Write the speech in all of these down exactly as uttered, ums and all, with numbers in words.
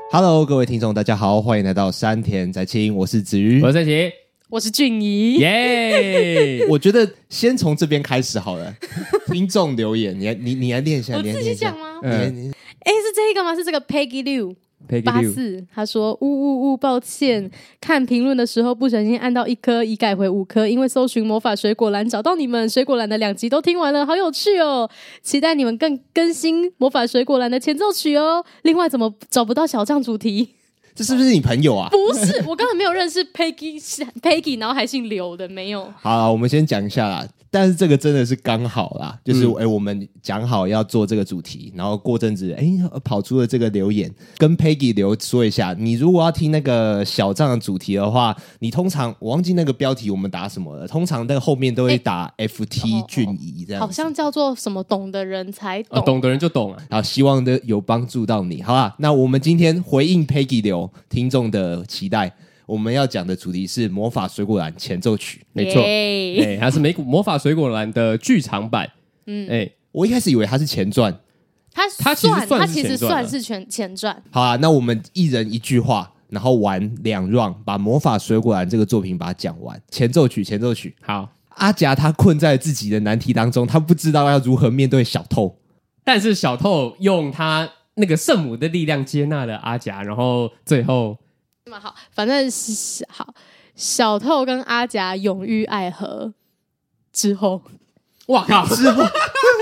Hello， 各位听众，大家好，欢迎来到山田宅青，我是子瑜， 我是赛奇， 我是俊怡， 耶！ 我觉得先从这边开始好了。听众留言，你你你来念一下， 我自己讲吗？ 哎、嗯， 是这个吗？是这个 Peggy Liu。八四，他说：“呜呜呜，抱歉，看评论的时候不小心按到一颗，已改回五颗，因为搜寻魔法水果篮找到你们，水果篮的两集都听完了，好有趣哦！期待你们更更新魔法水果篮的前奏曲哦。另外，怎么找不到小将主题？ 这是不是你朋友啊？ 不是，我根本没有认识 Peggy Peggy， 然后还姓刘的，没有。 好啦，我们先讲一下啦。但是这个真的是刚好啦，就是哎、嗯欸，我们讲好要做这个主题，然后过阵子哎、欸、跑出了这个留言，跟 Peggy 留说一下，你如果要听那个小账的主题的话，你通常我忘记那个标题我们打什么了，通常那个后面都会打 F T 俊怡这样、欸哦哦， 好像叫做什么懂的人才懂， 哦、懂的人就懂啊。 好，希望的有帮助到你，好吧？那我们今天回应 Peggy 留听众的期待。我们要讲的主题是魔法水果篮前奏曲， 没错，哎，它是美魔法水果篮的剧场版。嗯，哎， 我一开始以为它是前传， 它它其实算它其实算是前前传。 好啊，那我们一人一句话，然后玩两 round， 把魔法水果篮这个作品把它讲完。前奏曲，前奏曲。 好， 阿夹他困在自己的难题当中，他不知道要如何面对小透， 但是小透用他那个圣母的力量接纳了阿夹，然后最后。 好，反正好，小透跟阿夹永浴爱河之后， 哇靠！ 之后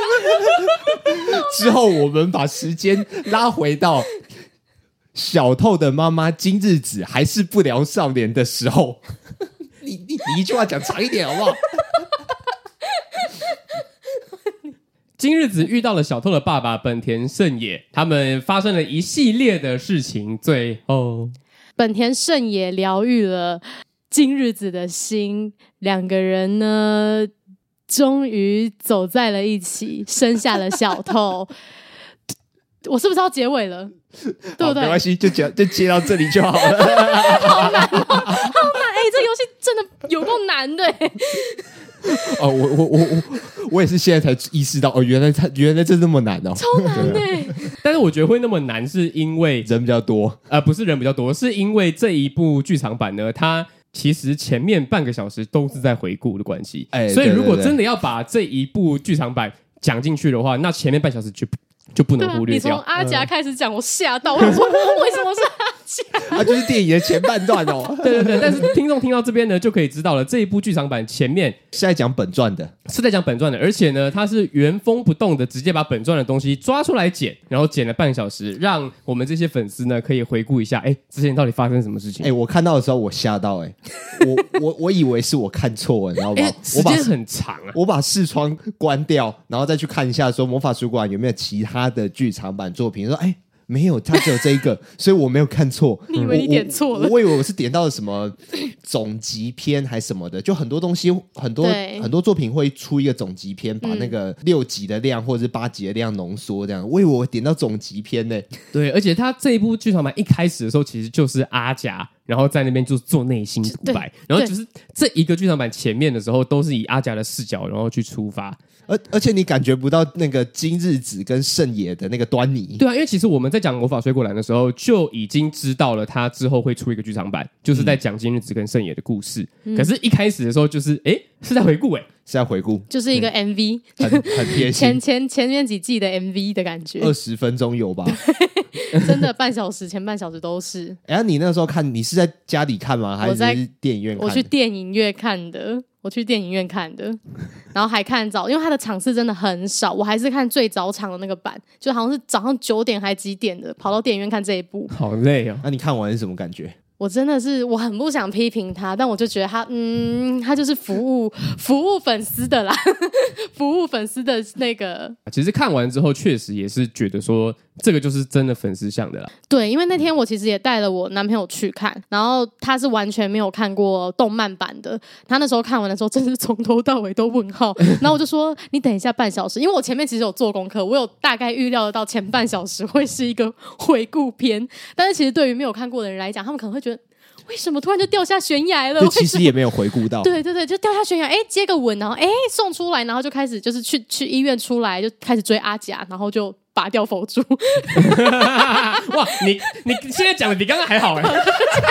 之后我们把时间拉回到小透的妈妈金日子还是不良少年的时候，你你你一句话讲长一点好不好？ 金日子遇到了小透的爸爸本田胜也，他们发生了一系列的事情，最后。 本田胜也疗愈了金日子的心，两个人呢，终于走在了一起，生下了小透。我是不是要结尾了？对不对？ 没关系，就接就接到这里就好了。 好难哦，好难！哎、欸，这游戏真的有够难的。 哦，我我我我我也是现在才意识到，哦，原来它原来这那么难哦， 超难的。 但是我觉得会那么难，是因为人比较多， 呃，不是人比较多，是因为这一部剧场版呢，它其实前面半个小时都是在回顾的关系，哎，所以如果真的要把这一部剧场版讲进去的话，那前面半小时就就不能忽略掉。 你从阿夹开始讲，我吓到，我说为什么是阿夹？ 它就是电影的前半段哦。 对对对，但是听众听到这边呢，就可以知道了，这一部剧场版前面是在讲本传的， 是在讲本传的，而且呢，它是原封不动的直接把本传的东西抓出来剪，然后剪了半小时，让我们这些粉丝呢可以回顾一下，哎，之前到底发生什么事情？ 哎，我看到的时候我吓到，哎，我我我以为是我看错了，你知道吗？ 时间很长啊， 我把视窗关掉，然后再去看一下，说魔法水果篮有没有其他的剧场版作品，说哎。没有，它只有这一个，所以我没有看错。 你以为你点错了？ 我, 我, 我以为我是点到了什么总集篇还什么的，就很多东西，很多很多作品会出一个总集篇，把那个六集的量或者是八集的量浓缩，这样。我以为我点到总集篇呢。 对，而且它这一部剧场版一开始的时候，其实就是阿夹。然后在那边就做内心独白，然后就是这一个剧场版前面的时候，都是以阿夹的视角，然后去出发。 而而且你感觉不到那个金日子跟胜也的那个端倪。 对啊，因为其实我们在讲魔法水果篮的时候，就已经知道了他之后会出一个剧场版，就是在讲金日子跟胜也的故事。嗯、可是，一开始的时候就是哎是在回顾哎。 是在回顾， 就是一个 M V，、 嗯、很很贴心。 前前前面几季的 M V 的感觉， 二十分钟有吧？ 真的半小时，前半小时都是。 哎、啊，你那时候看，你是在家里看吗？还是电影院看？ 我去电影院看的，我去电影院看的，然后还看早，因为它的场次真的很少，我还是看最早场的那个版，就好像是早上九点还几点的，跑到电影院看这一部， 好累哦。 那、啊、你看完是什么感觉？ 我真的是，我很不想批评他，但我就觉得他，嗯，他就是服务服务粉丝的啦，服务粉丝的那个。 其实看完之后，确实也是觉得说，这个就是真的粉丝向的啦。 对，因为那天我其实也带了我男朋友去看，然后他是完全没有看过动漫版的，他那时候看完的时候，真是从头到尾都问号。然后我就说，你等一下半小时，因为我前面其实有做功课，我有大概预料得到前半小时会是一个回顾篇，但是其实对于没有看过的人来讲，他们可能会觉得。为什么突然就掉下悬崖了？ 就其实也没有回顾到。 对对对，就掉下悬崖，哎，接个吻，然后哎送出来，然后就开始就是去去医院出来，就开始追阿甲，然后就拔掉佛珠。 哇，你你现在讲的比刚刚还好哎、欸。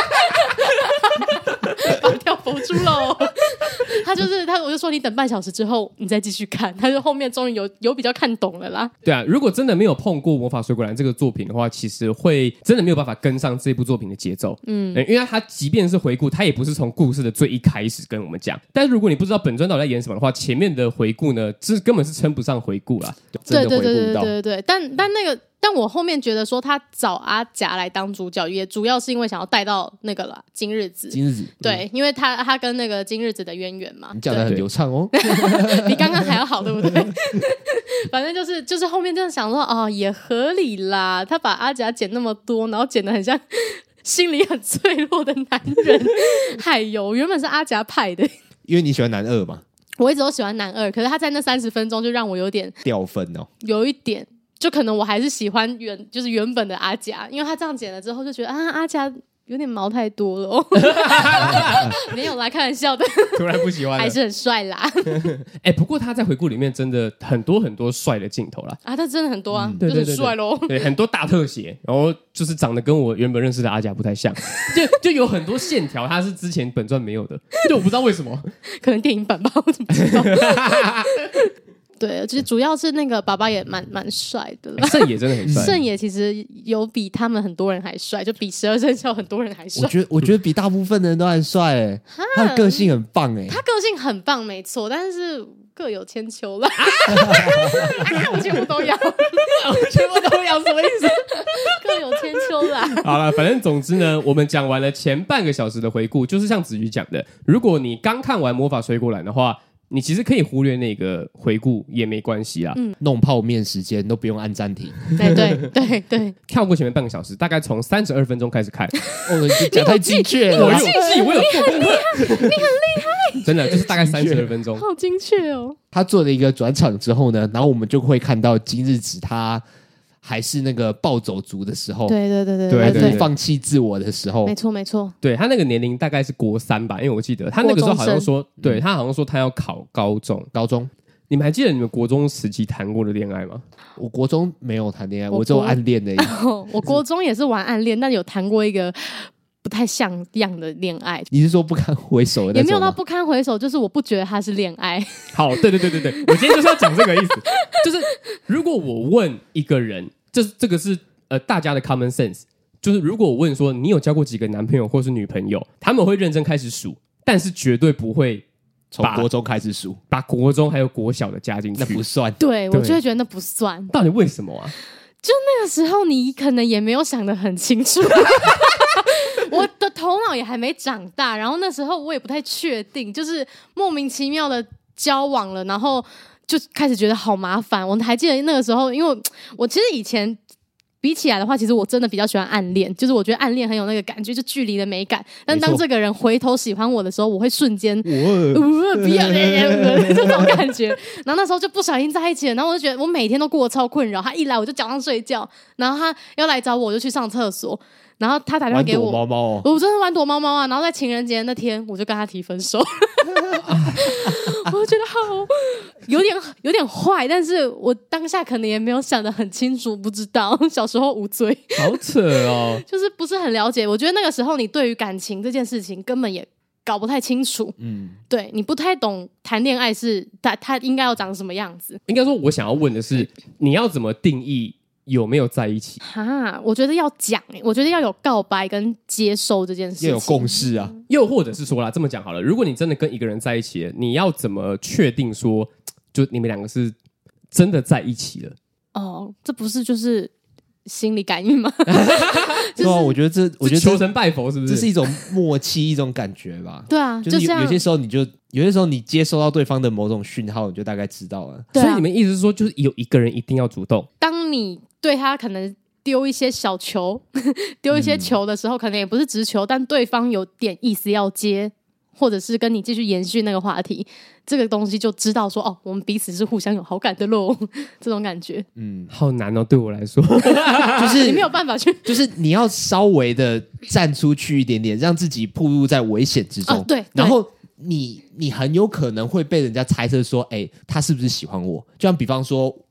拔掉佛珠喽！他就是他，我就说你等半小时之后你再继续看。他就后面终于有有比较看懂了啦。 对啊，如果真的没有碰过《魔法水果篮》这个作品的话，其实会真的没有办法跟上这部作品的节奏。嗯，因为他即便是回顾，他也不是从故事的最一开始跟我们讲。但是如果你不知道本传到底在演什么的话，前面的回顾呢，这根本是称不上回顾啦。 对对对对对对对，但但那个。但我后面觉得说他找阿甲来当主角，也主要是因为想要带到那个啦金日子。 金日子对，嗯、因为他他跟那个金日子的渊源嘛， 你讲的很流畅哦， 比刚刚还要好，对不对？反正就是就是后面就想说哦，也合理啦。他把阿甲剪那么多，然后剪得很像心里很脆弱的男人。嗨哟，原本是阿甲派的， 因为你喜欢男二嘛。 我一直都喜欢男二，可是他在那三十分钟就让我有点掉分哦， 有一点。就可能我还是喜欢原就是原本的阿甲，因为他这样剪了之后就觉得啊阿甲有点毛太多了、哦，没有啦，开玩笑的， 突然不喜欢了， 还是很帅啦。 哎、欸，不过他在回顾里面真的很多很多帅的镜头啦， 啊，他真的很多啊，嗯、 对对对对， 就很帅咯。 对，很多大特写，然后就是长得跟我原本认识的阿甲不太像，就就有很多线条，他是之前本传没有的，就我不知道为什么， 可能电影版吧，我怎么知道？对，就是主要是那个爸爸也蛮蛮帅的啦， 圣野真的很帅， 圣野其实有比他们很多人还帅，就比十二生肖很多人还帅。 我觉得我觉得比大部分的人都还帅哎、欸，他的个性很棒哎、欸， 他个性很棒没错，但是各有千秋啦。啊、我全部都要， 我全部都要什么意思？ 各有千秋啦。 好了，反正总之呢，我们讲完了前半个小时的回顾，就是像子瑜讲的，如果你刚看完《魔法水果篮》的话。你其实可以忽略那个回顾也没关系啦， 嗯， 弄泡面时间都不用按暂停， 对对对对， 跳过前面半个小时，大概从三十二分钟开始看。 哦，你讲太精确了， 我有记，我有做功课， 你很厉害， 真的就是大概三十二分钟， 好精确哦。 他做了一个转场之后呢，然后我们就会看到今日子他。还是那个暴走族的时候， 对对对对对对， 放弃自我的时候， 没错没错。 对他那个年龄大概是国三吧，因为我记得他那个时候好像说，对他好像说他要考高中， 高中。 你们还记得你们国中时期谈过的恋爱吗？ 我国中没有谈恋爱，我只有暗恋而已。 我国中也是玩暗恋，但有谈过一个。不太像样的恋爱， 你是说不堪回首的那种吗？ 也没有到不堪回首，就是我不觉得他是恋爱。 好，对对对对对，我今天就是要讲这个意思，就是如果我问一个人，这这个是呃大家的 common sense， 就是如果我问说你有交过几个男朋友或是女朋友，他们会认真开始数，但是绝对不会从国中开始数， 把国中还有国小的加进去， 那不算。 对，我就会觉得那不算。 到底为什么啊？ 就那个时候，你可能也没有想得很清楚。我的头脑也还没长大，然后那时候我也不太确定，就是莫名其妙的交往了，然后就开始觉得好麻烦。我还记得那个时候，因为我其实以前比起来的话，其实我真的比较喜欢暗恋，就是我觉得暗恋很有那个感觉，就距离的美感。但当这个人回头喜欢我的时候，我会瞬间呃不要就这种感觉。然后那时候就不小心在一起了，然后我就觉得我每天都过得超困扰。他一来我就早上睡觉，然后他要来找我，我就去上厕所。然后他打电话给我， 玩躲猫猫哦， 我真的玩躲猫猫啊！然后在情人节那天，我就跟他提分手，我就觉得好有点有点坏，但是我当下可能也没有想得很清楚，不知道小时候无罪， 好扯哦， 就是不是很了解。我觉得那个时候你对于感情这件事情根本也搞不太清楚，嗯，对你不太懂谈恋爱是他他应该要长什么样子。 应该说，我想要问的是，你要怎么定义？有没有在一起哈，我觉得要讲、欸、我觉得要有告白跟接受这件事情， 要有共识啊。 又或者是说啦，这么讲好了，如果你真的跟一个人在一起了，你要怎么确定说，就你们两个是真的在一起了？ 哦，这不是就是心理感应吗？ 对啊，我觉得这，我觉得求神拜佛是不是？ 这是一种默契，一种感觉吧。 对啊， 就是有, 就有些时候你就有些时候你接收到对方的某种讯号，你就大概知道了。 对啊、 所以你们意思是说，就是有一个人一定要主动。 当你对他可能丢一些小球，丢一些球的时候、嗯，可能也不是直球，但对方有点意思要接，或者是跟你继续延续那个话题，这个东西就知道说哦，我们彼此是互相有好感的咯，这种感觉， 嗯，好难哦，对我来说， 就是你没有办法去， 就是你要稍微的站出去一点点，让自己暴露在危险之中， 啊、对， 然后。你你很有可能会被人家猜测说，哎、欸，他是不是喜欢我？就像比方说，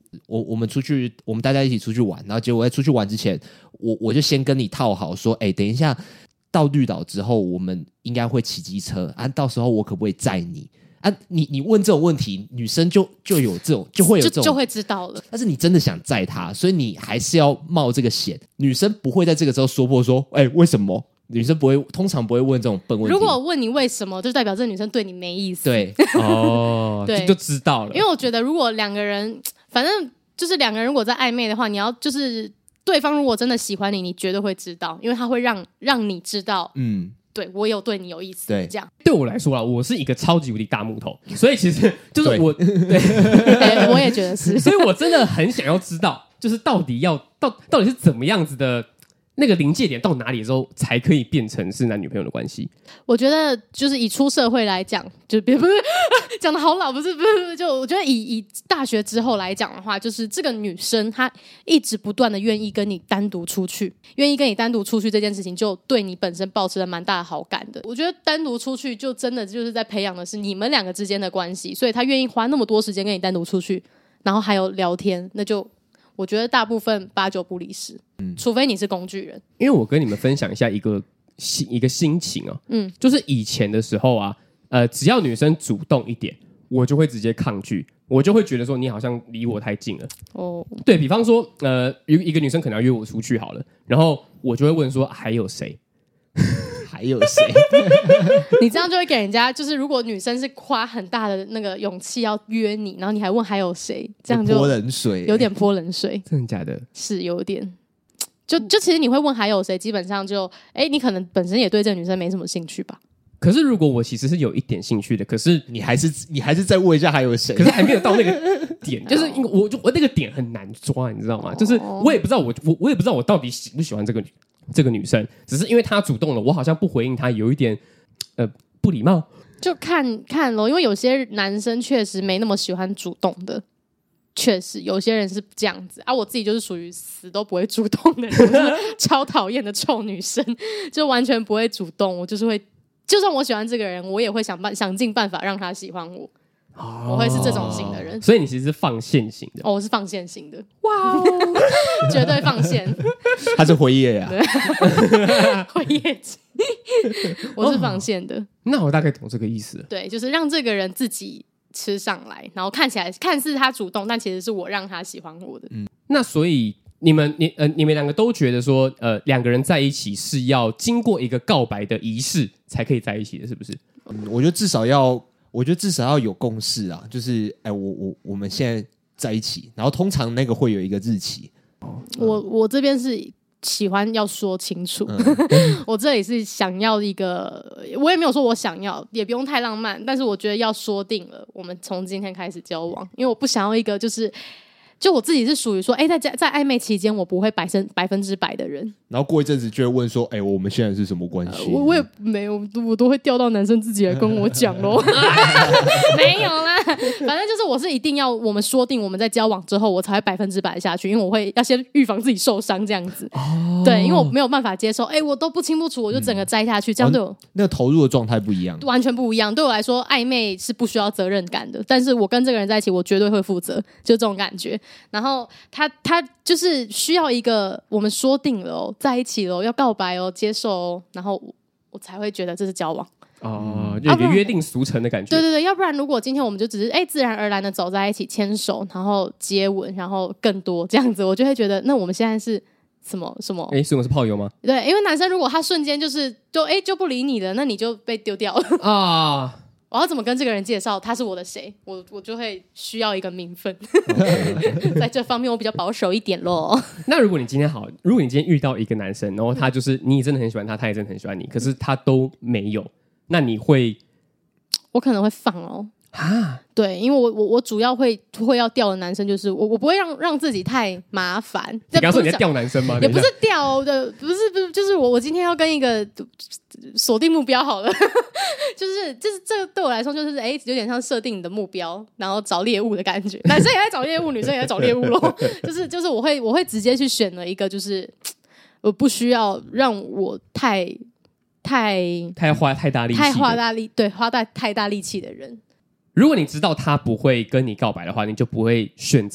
我我们出去，我们大家一起出去玩，然后结果在出去玩之前，我我就先跟你套好说，哎，等一下到绿岛之后，我们应该会骑机车啊，到时候我可不可以载你？啊，你你问这种问题，女生就就有这种就会有这种就, 就会知道了。 但是你真的想载她，所以你还是要冒这个险。女生不会在这个时候说破说，哎，为什么？女生不会，通常不会问这种笨问题。 如果我问你为什么，就代表这女生对你没意思。 对， 哦，对，就, 就知道了。 因为我觉得，如果两个人，反正就是两个人如果在暧昧的话，你要就是对方如果真的喜欢你，你绝对会知道，因为他会让让你知道，嗯。对我有对你有意思，对这样对我来说啦，我是一个超级无敌大木头，所以其实就是我，对， 对对我也觉得是， 所以我真的很想要知道，就是到底要到到底是怎么样子的。那个临界点到哪里的时候才可以变成是男女朋友的关系？ 我觉得就是以出社会来讲，就别不是讲的好老，不是不是，就我觉得以以大学之后来讲的话，就是这个女生她一直不断的愿意跟你单独出去，愿意跟你单独出去这件事情，就对你本身抱持了蛮大的好感的。我觉得单独出去就真的就是在培养的是你们两个之间的关系，所以她愿意花那么多时间跟你单独出去，然后还有聊天，那就。我觉得大部分八九不离十，嗯，除非你是工具人。 因为我跟你们分享一下一个心一个心情啊，嗯，就是以前的时候啊，呃，只要女生主动一点，我就会直接抗拒，我就会觉得说你好像离我太近了。哦，对，比方说，呃，一个女生可能要约我出去好了，然后我就会问说还有谁？ 还有谁？ 你这样就会给人家，就是如果女生是花很大的那个勇气要约你，然后你还问还有谁，这样就泼冷水， 有点泼冷水。 真的假的？ 是有点。就就其实你会问还有谁，基本上就哎，你可能本身也对这个女生没什么兴趣吧。 可是如果我其实是有一点兴趣的，可是你还是你还是再问一下还有谁， 可是还没有到那个点，就是因为我就我那个点很难抓，你知道吗？就是我也不知道我我我也不知道我到底喜不喜欢这个女。这个女生只是因为她主动了，我好像不回应她，有一点呃不礼貌。 就看看咯，因为有些男生确实没那么喜欢主动的，确实有些人是这样子啊。我自己就是属于死都不会主动的人，就是超讨厌的臭女生，就完全不会主动。我就是会，就算我喜欢这个人，我也会想办想尽办法让他喜欢我。哦、我会是这种型的人， 所以你其实是放线型的。 哦，我是放线型的，哇哦，绝对放线。 他是辉夜呀、 啊，辉夜姬，我是放线的、哦。 那我大概懂这个意思了。 对，就是让这个人自己吃上来，然后看起来看似他主动，但其实是我让他喜欢我的。 嗯，那所以你们你呃你们两个都觉得说，呃，两个人在一起是要经过一个告白的仪式才可以在一起的，是不是？ 嗯，我觉得至少要。我觉得至少要有共识啊，就是哎，我我我们现在在一起，然后通常那个会有一个日期。 嗯、我我这边是喜欢要说清楚，嗯、我这里是想要一个，我也没有说我想要，也不用太浪漫，但是我觉得要说定了，我们从今天开始交往，因为我不想要一个就是。就我自己是属于说，哎，在在暧昧期间，我不会百分百分之百的人。 然后过一阵子就会问说，哎，我们现在是什么关系？ 呃、我我也没有，我都会调到男生自己来跟我讲咯。没有啦，反正就是我是一定要我们说定我们在交往之后，我才会百分之百下去，因为我会要先预防自己受伤这样子。哦，对，因为我没有办法接受，哎，我都不清不楚，我就整个栽下去，嗯、这样对我、 哦、那个投入的状态不一样， 完全不一样。对我来说，暧昧是不需要责任感的，但是我跟这个人在一起，我绝对会负责，就这种感觉。然后他他就是需要一个我们说定了哦，在一起了，要告白哦，接受哦，然后我, 我才会觉得这是交往哦，有一个约定俗成的感觉。 对对对，要不然如果今天我们就只是哎自然而然的走在一起，牵手，然后接吻，然后更多这样子，我就会觉得那我们现在是什么什么？ 哎，所以我是炮友吗？ 对，因为男生如果他瞬间就是就哎就不理你了，那你就被丢掉了啊。我要怎么跟这个人介绍他是我的谁？我我就会需要一个名分，在这方面我比较保守一点咯。 那如果你今天好，如果你今天遇到一个男生，然后他就是你真的很喜欢他，他也真的很喜欢你，可是他都没有，那你会？ 我可能会放哦。啊，对，因为我我我主要会会要钓的男生就是我，我不会让让自己太麻烦。 你刚刚说你在钓男生吗？ 也不是钓的，不是不是，就是我我今天要跟一个锁定目标好了，就是就是这个对我来说就是哎，有点像设定你的目标，然后找猎物的感觉。男生也在找猎物，女生也在找猎物咯。就是就是我会我会直接去选了一个，就是我不需要让我太太太花太大力气， 太花大力对花大太大力气的人。 如果你知道他不会跟你告白的话，你就不会选择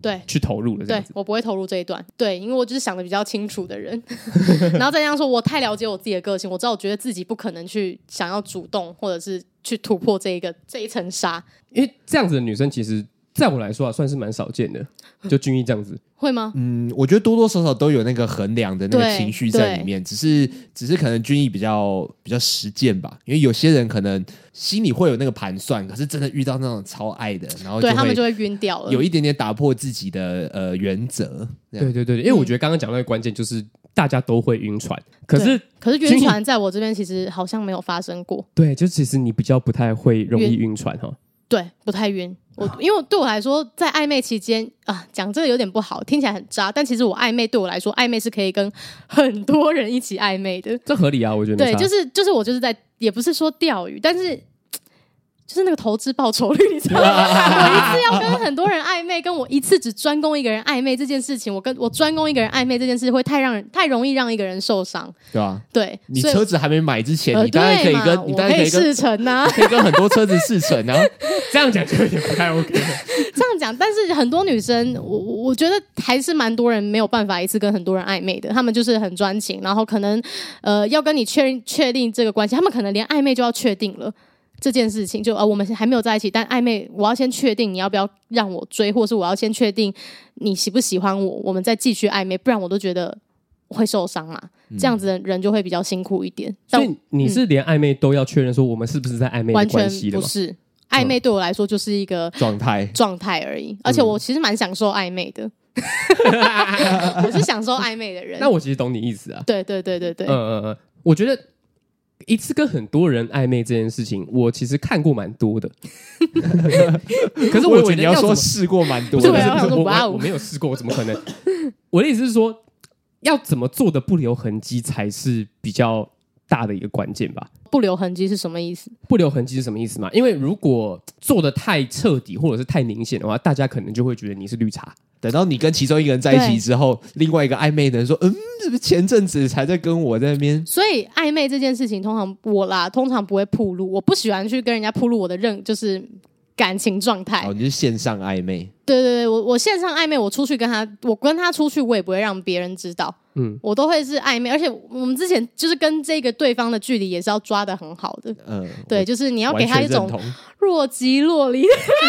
对去投入的这样子。 对，我不会投入这一段，对，因为我就是想的比较清楚的人然后再这样说，我太了解我自己的个性，我知道我觉得自己不可能去想要主动或者是去突破这一个这一层纱， 因为这样子的女生其实在我来说啊算是蛮少见的，就俊逸这样子会吗？ 嗯，我觉得多多少少都有那个衡量的那个情绪在里面，只是只是可能俊逸比较比较实践吧，因为有些人可能心里会有那个盘算，可是真的遇到那种超爱的，然后对他们就会晕掉了， 有一点点打破自己的呃原则。 对对对，因为我觉得刚刚讲到的关键就是大家都会晕船，可是可是晕船在我这边其实好像没有发生过。 对，就其实你比较不太会容易晕船哈。 对，不太晕。我因为对我来说，在暧昧期间啊，讲这个有点不好，听起来很渣，但其实我暧昧对我来说，暧昧是可以跟很多人一起暧昧的， 这合理啊，我觉得。 对，就是就是我就是在，也不是说钓鱼，但是。就是那个投资报酬率，你知道吗？我一次要跟很多人暧昧，跟我一次只专攻一个人暧昧这件事情，我跟我专攻一个人暧昧这件事，会太让人太容易让一个人受伤， 对吧？ 对， 你车子还没买之前， 呃、 你当然可以跟，你当然可以试乘啊， 可以跟很多车子试乘啊。 这样讲就有点不太 OK 了。 这样讲，但是很多女生，我我觉得还是蛮多人没有办法一次跟很多人暧昧的，他们就是很专情，然后可能呃要跟你确确定这个关系，他们可能连暧昧就要确定了。这件事情就呃，我们还没有在一起，但暧昧，我要先确定你要不要让我追，或是我要先确定你喜不喜欢我，我们再继续暧昧，不然我都觉得会受伤啦。嗯、这样子的人就会比较辛苦一点。 所以你是连暧昧都要确认说我们是不是在暧昧的关系的吗？ 完全不是，暧昧对我来说就是一个状态状态而已，而且我其实蛮享受暧昧的。我是享受暧昧的人。 那我其实懂你意思啊。 对对对对对。 嗯嗯嗯，我觉得。一次跟很多人暧昧这件事情，我其实看过蛮多的。可是我觉得你要说试过蛮多的， 不是不是我我我没有试过，我怎么可能？我的意思是说，要怎么做的不留痕迹才是比较大的一个关键吧。 不留痕迹是什么意思？ 不留痕迹是什么意思嘛？因为如果做的太彻底或者是太明显的话，大家可能就会觉得你是绿茶。 等到你跟其中一个人在一起之后，另外一个暧昧的人说：“嗯，是不是前阵子才在跟我在那边？” 所以暧昧这件事情，通常我啦，通常不会暴露，我不喜欢去跟人家暴露我的任就是感情状态。 哦，你是线上暧昧？ 对对对，我我线上暧昧，我出去跟他，我跟他出去，我也不会让别人知道。嗯，我都会是暧昧，而且我们之前就是跟这个对方的距离也是要抓得很好的。嗯，对，就是你要给他一种若即若离。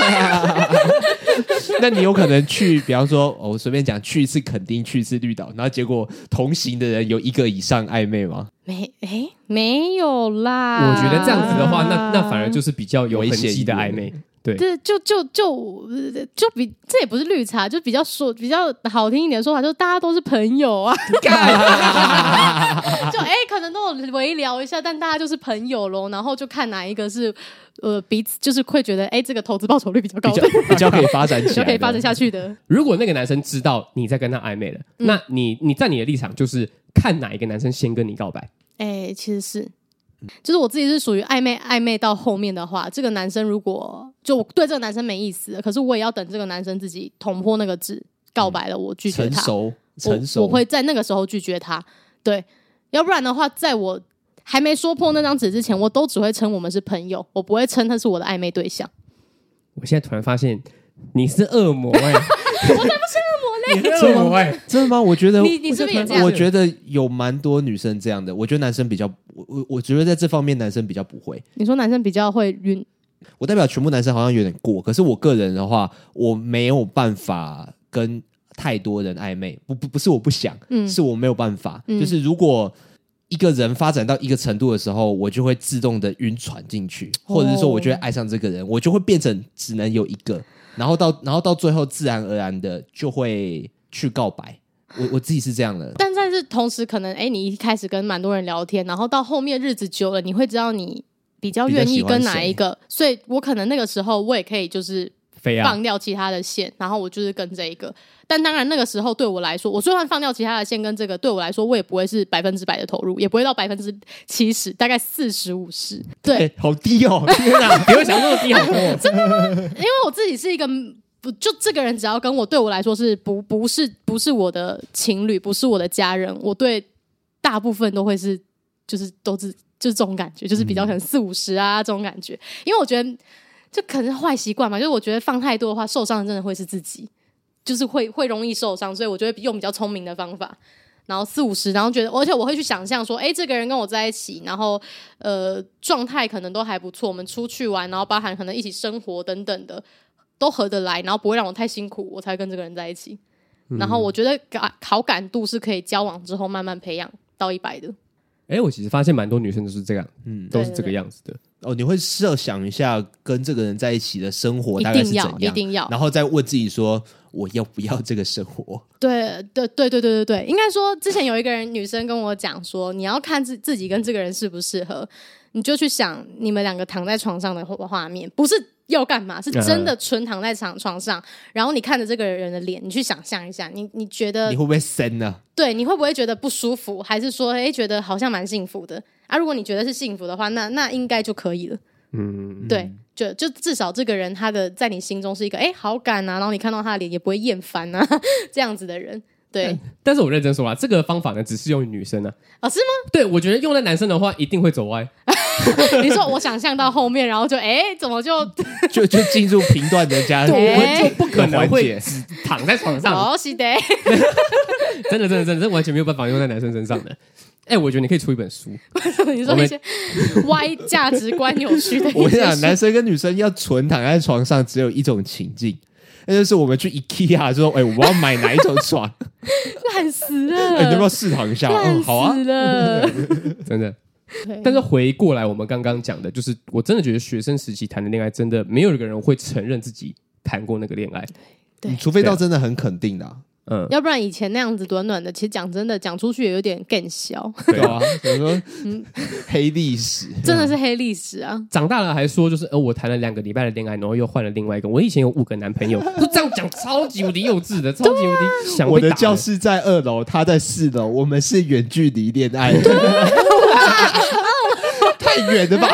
那你有可能去，比方说，哦、我随便讲，去一次垦丁，去一次绿岛，然后结果同行的人有一个以上暧昧吗？ 没，哎，没有啦。 我觉得这样子的话，那那反而就是比较有痕迹的暧昧。对， 对，就就就就比这也不是绿茶，就比较说比较好听一点的说法，就是大家都是朋友啊。就哎、欸，可能都有微聊一下，但大家就是朋友咯，然后就看哪一个是呃彼此就是会觉得哎、欸，这个投资报酬率比较高的， 比较比较可以发展起来， 比较可以发展下去的。 如果那个男生知道你在跟他暧昧了，嗯、那你你在你的立场就是看哪一个男生先跟你告白？ 哎、欸，其实是。就是我自己是属于暧昧暧昧到后面的话，这个男生如果就我对这个男生没意思了，可是我也要等这个男生自己捅破那个字告白了，我拒绝他， 成熟成熟我，我会在那个时候拒绝他。对，要不然的话，在我还没说破那张纸之前，我都只会称我们是朋友，我不会称他是我的暧昧对象。 我现在突然发现你是恶魔哎、欸！ 我才不是恶魔嘞！ 你是恶魔哎！ 真的吗？我觉得你你是不是也这样？ 我觉得有蛮多女生这样的，我觉得男生比较，我我觉得在这方面男生比较不会。 你说男生比较会晕， 我代表全部男生好像有点过，可是我个人的话，我没有办法跟太多人暧昧，不不不是我不想，嗯、是我没有办法。嗯、就是如果一个人发展到一个程度的时候，我就会自动的晕船进去，或者是说我就会爱上这个人，哦、我就会变成只能有一个。然后到，然后到最后，自然而然的就会去告白。我我自己是这样的， 但但是同时，可能哎，你一开始跟蛮多人聊天，然后到后面日子久了，你会知道你比较愿意跟哪一个，所以我可能那个时候我也可以就是放掉其他的线，然后我就是跟这一个。但当然那个时候对我来说，我就算放掉其他的线跟这个，对我来说我也不会是百分之百的投入，也不会到百分之七十，大概四十五十。对、 欸，好低哦！天哪， 比我想那么低好多。 真的吗？因为我自己是一个不就这个人，只要跟我对我来说是不不是不是我的情侣，不是我的家人，我对大部分都会是就是都是就是这种感觉，就是比较可能四五十啊这种感觉。因为我觉得就可能是坏习惯嘛，就是我觉得放太多的话，受伤的真的会是自己。 就是会会容易受伤，所以我就会用比较聪明的方法。然后四五十，然后觉得，而且我会去想象说，哎，这个人跟我在一起，然后呃状态可能都还不错，我们出去玩，然后包含可能一起生活等等的，都合得来，然后不会让我太辛苦，我才跟这个人在一起。嗯、然后我觉得好感度是可以交往之后慢慢培养到一百的。 哎，我其实发现蛮多女生都是这样，嗯，都是这个样子的。 哦，你会设想一下跟这个人在一起的生活大概是怎样， 一定要，一定要， 然后再问自己说，我要不要这个生活？ 对对对对对对对，应该说之前有一个人女生跟我讲说，你要看自自己跟这个人适不适合，你就去想你们两个躺在床上的画面，不是要干嘛，是真的纯躺在床床上，然后你看着这个人的脸，你去想象一下，你你觉得你会不会生呢？ 对，你会不会觉得不舒服，还是说哎觉得好像蛮幸福的啊？如果你觉得是幸福的话，那那应该就可以了。嗯，对，就就至少这个人他的在你心中是一个哎好感啊，然后你看到他的脸也不会厌烦啊这样子的人。对、嗯， 但是我认真说啦，这个方法呢只适用于女生啊。 哦，是吗？ 对，我觉得用在男生的话一定会走歪。 你说我想象到后面，然后就哎怎么就就就进入评断人家， 对，我们就不可能会只躺在床上。 哦，是的， 真的真的真的，这完全没有办法用在男生身上的。哎、欸，我觉得你可以出一本书。 你说一些歪价值观扭曲的一些书。 我跟你讲，男生跟女生要纯躺在床上，只有一种情境，那就是我们去 IKEA 说，哎、欸，我要买哪一种床？ 烂死了！ 欸、你要不要试躺一下？ 烂死了， 嗯、真的。但是回过来，我们刚刚讲的，就是我真的觉得学生时期谈的恋爱，真的没有一个人会承认自己谈过那个恋爱。 对， 除非到真的很肯定的、啊。 嗯， 要不然以前那样子短短的，其实讲真的，讲出去也有点更小。 对啊，比如说黑历史， 真的是黑历史啊！ 长大了还说，就是呃，我谈了两个礼拜的恋爱，然后又换了另外一个。我以前有五个男朋友，就这样讲，超级无敌幼稚的，超级无敌想被打的。 我的教室在二楼，他在四楼，我们是远距离恋爱，太远了吧？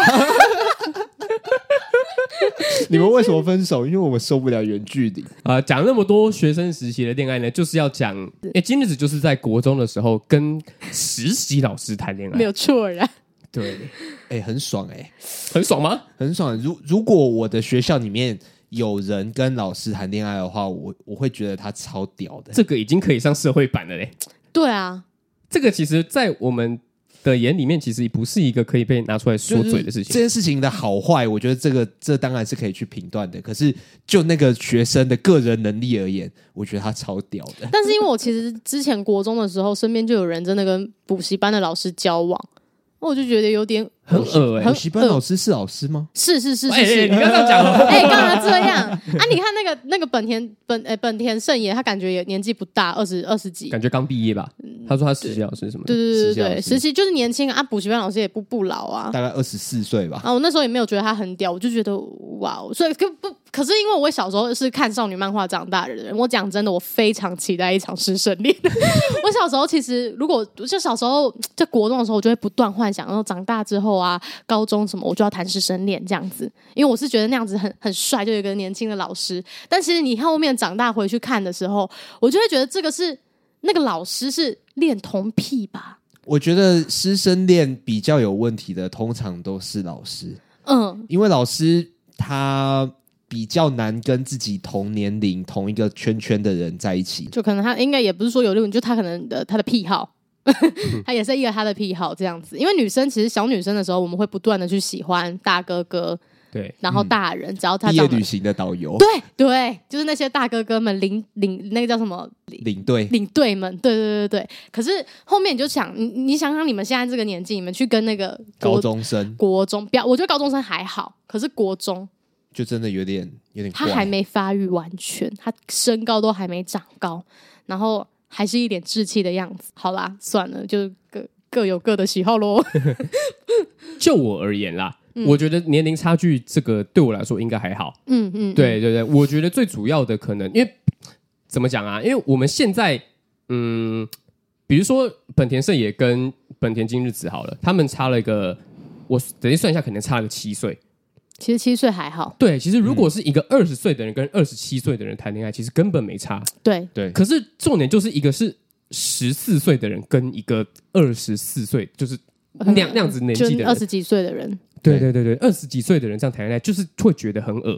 你们为什么分手？因为我们受不了远距离啊、呃！讲那么多学生时期的恋爱呢，就是要讲，哎，今日子就是在国中的时候跟实习老师谈恋爱， 没有错啦。 对， 哎、欸，很爽哎、欸， 很爽吗？ 很爽。如如果我的学校里面有人跟老师谈恋爱的话，我我会觉得他超屌的。 这个已经可以上社会版了嘞。 对啊， 这个其实，在我们的眼里面，其实不是一个可以被拿出来说嘴的事情。 就是、这件事情的好坏，我觉得这个这当然是可以去评断的。可是就那个学生的个人能力而言，我觉得他超屌的。 但是因为我其实之前国中的时候，身边就有人真的跟补习班的老师交往，我就觉得有点很恶哎、欸。 补习班老师是老师吗？ 是是是是是， 欸欸、你不要这样讲了。 哎，干嘛这样啊？你看那个那个本田本呃本田胜也，他感觉也年纪不大，二十二十几， 感觉刚毕业吧。他说他实习老师什么的， 对对对对对，实习就是年轻啊，补习班老师也不不老啊， 大概二十四岁吧。 啊，我那时候也没有觉得他很屌，我就觉得哇，所以可不可是因为我小时候是看少女漫画长大的人，我讲真的，我非常期待一场师生恋。我小时候其实如果就小时候在国中的时候，我就会不断幻想，然后长大之后啊，高中什么我就要谈师生恋这样子，因为我是觉得那样子很很帅，就有一个年轻的老师。但其实你后面长大回去看的时候，我就会觉得这个是那个老师是恋童癖吧。 我觉得师生恋比较有问题的，通常都是老师。 嗯， 因为老师他比较难跟自己同年龄、同一个圈圈的人在一起， 就可能他应该也不是说有六，就他可能的他的癖好。他也是一个他的癖好这样子，因为女生其实小女生的时候，我们会不断的去喜欢大哥哥， 对， 然后大人，嗯、只要他毕业旅行的导游， 对对，就是那些大哥哥们领领那个叫什么领队领队们，对对对对。可是后面你就想，你你想想你们现在这个年纪，你们去跟那个高中生、 国中，不要，我觉得高中生还好，可是国中就真的有点有点怪， 他还没发育完全，他身高都还没长高，然后。还是一脸稚气的样子。好啦，算了，就各各有各的喜好咯。 就我而言啦、嗯，我觉得年龄差距这个对我来说应该还好。 嗯嗯， 对对对，我觉得最主要的可能，因为怎么讲啊？因为我们现在，嗯，比如说本田胜也跟本田今日子好了，他们差了一个，我等一算一下，可能差了个七岁。 其实七岁还好， 对，其实如果是一个二十岁的人跟二十七岁的人谈恋爱，其实根本没差。 对对， 可是重点就是一个是十四岁的人跟一个二十四岁，就是那样、嗯、那样子年纪的人， 二十几岁的人， 对对对对，二十几岁的人这样谈恋爱，就是会觉得很恶。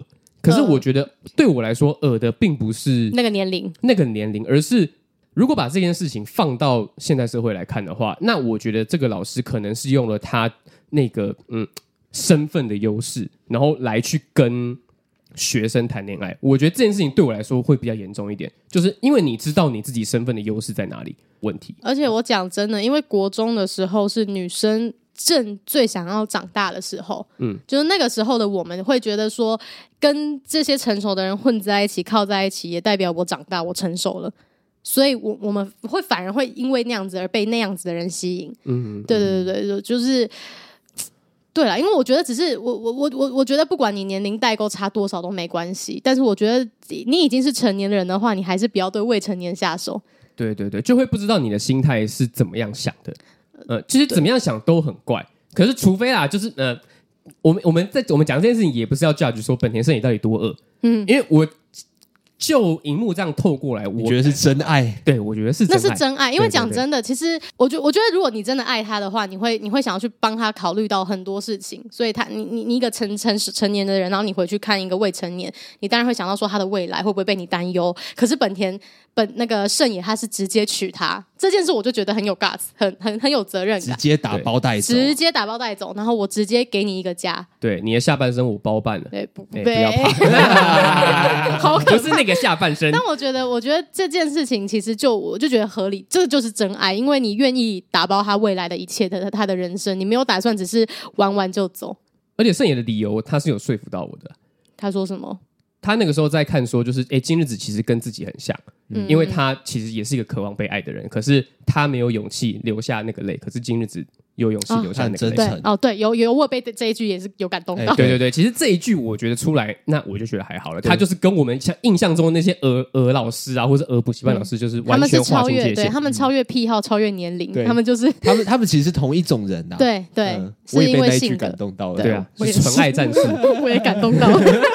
可是我觉得对我来说，恶的并不是那个年龄， 那个年龄，而是如果把这件事情放到现代社会来看的话，那我觉得这个老师可能是用了他那个嗯身份的优势，然后来去跟学生谈恋爱。我觉得这件事情对我来说会比较严重一点，就是因为你知道你自己身份的优势在哪里。问题， 而且我讲真的，因为国中的时候是女生正最想要长大的时候，嗯，就是那个时候的我们会觉得说，跟这些成熟的人混在一起、靠在一起，也代表我长大，我成熟了。所以我，我我们会反而会因为那样子而被那样子的人吸引。嗯，嗯对对对对，就是对啦，因为我觉得只是我我我我我觉得不管你年龄代沟差多少都没关系，但是我觉得你已经是成年人的话，你还是不要对未成年下手。 对对对，就会不知道你的心态是怎么样想的。呃，其实怎么样想都很怪。可是除非啦，就是呃，我们我们在我们讲这件事情，也不是要 judge 说本田胜也到底多恶。嗯，因为我就荧幕这样透过来，我觉得是真爱。 对，我觉得是真爱， 那是真爱。因为讲真的，其实我觉我觉得，如果你真的爱他的话，你会你会想要去帮他考虑到很多事情。所以他，你你你一个成成成年的人，然后你回去看一个未成年，你当然会想到说他的未来会不会被你担忧。可是本田本那个胜也，他是直接娶她这件事，我就觉得很有 guts， 很很很有责任感， 直接打包带走， 直接打包带走，然后我直接给你一个家。 对，你的下半身我包办了。 对，不， 欸、不要怕， 好可怕， 不是那个下半身。 但我觉得，我觉得这件事情其实就我就觉得合理，这就是真爱，因为你愿意打包他未来的一切的他的人生，你没有打算只是玩完就走。 而且胜也的理由，他是有说服到我的。 他说什么？ 他那个时候在看说，就是哎，今日子其实跟自己很像，嗯、因为他其实也是一个渴望被爱的人，可是他没有勇气留下那个泪，可是今日子有勇气留下那个泪。 对哦，对，有有我被这一句也是有感动到。 欸、对对对，其实这一句我觉得出来，那我就觉得还好了。他就是跟我们像印象中的那些俄俄老师啊，或是俄补习班老师，就是完全划清界限。 对，他们超越癖好，超越年龄，他们就是他们他们其实是同一种人呐、啊。 对对、嗯， 我也被那一句感动到了。 对啊，是纯爱战士， 我也感动到。